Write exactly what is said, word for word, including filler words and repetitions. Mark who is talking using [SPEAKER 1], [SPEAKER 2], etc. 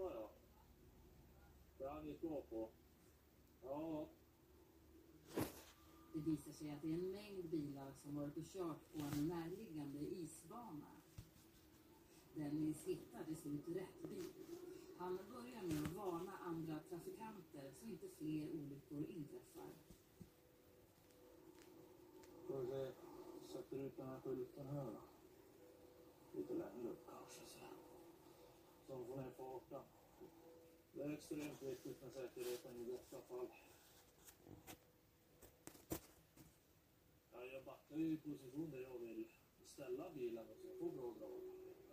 [SPEAKER 1] Ja, ja. Det har ni bra på. Ja.
[SPEAKER 2] Det visar sig att det är en mängd bilar som varit och kört på en närliggande isbana. Dennis hittar till slut rätt bil. Han börjar med att varna andra trafikanter så inte fler olyckor inträffar.
[SPEAKER 1] Får vi sätter ut den här skylten här då. Lite längre upp kanske så. Så får ner farten. Det är extremt viktigt med säkerheten i detta fall. Ja, jag backar ju i position där jag vill ställa bilen och så jag får bra drag.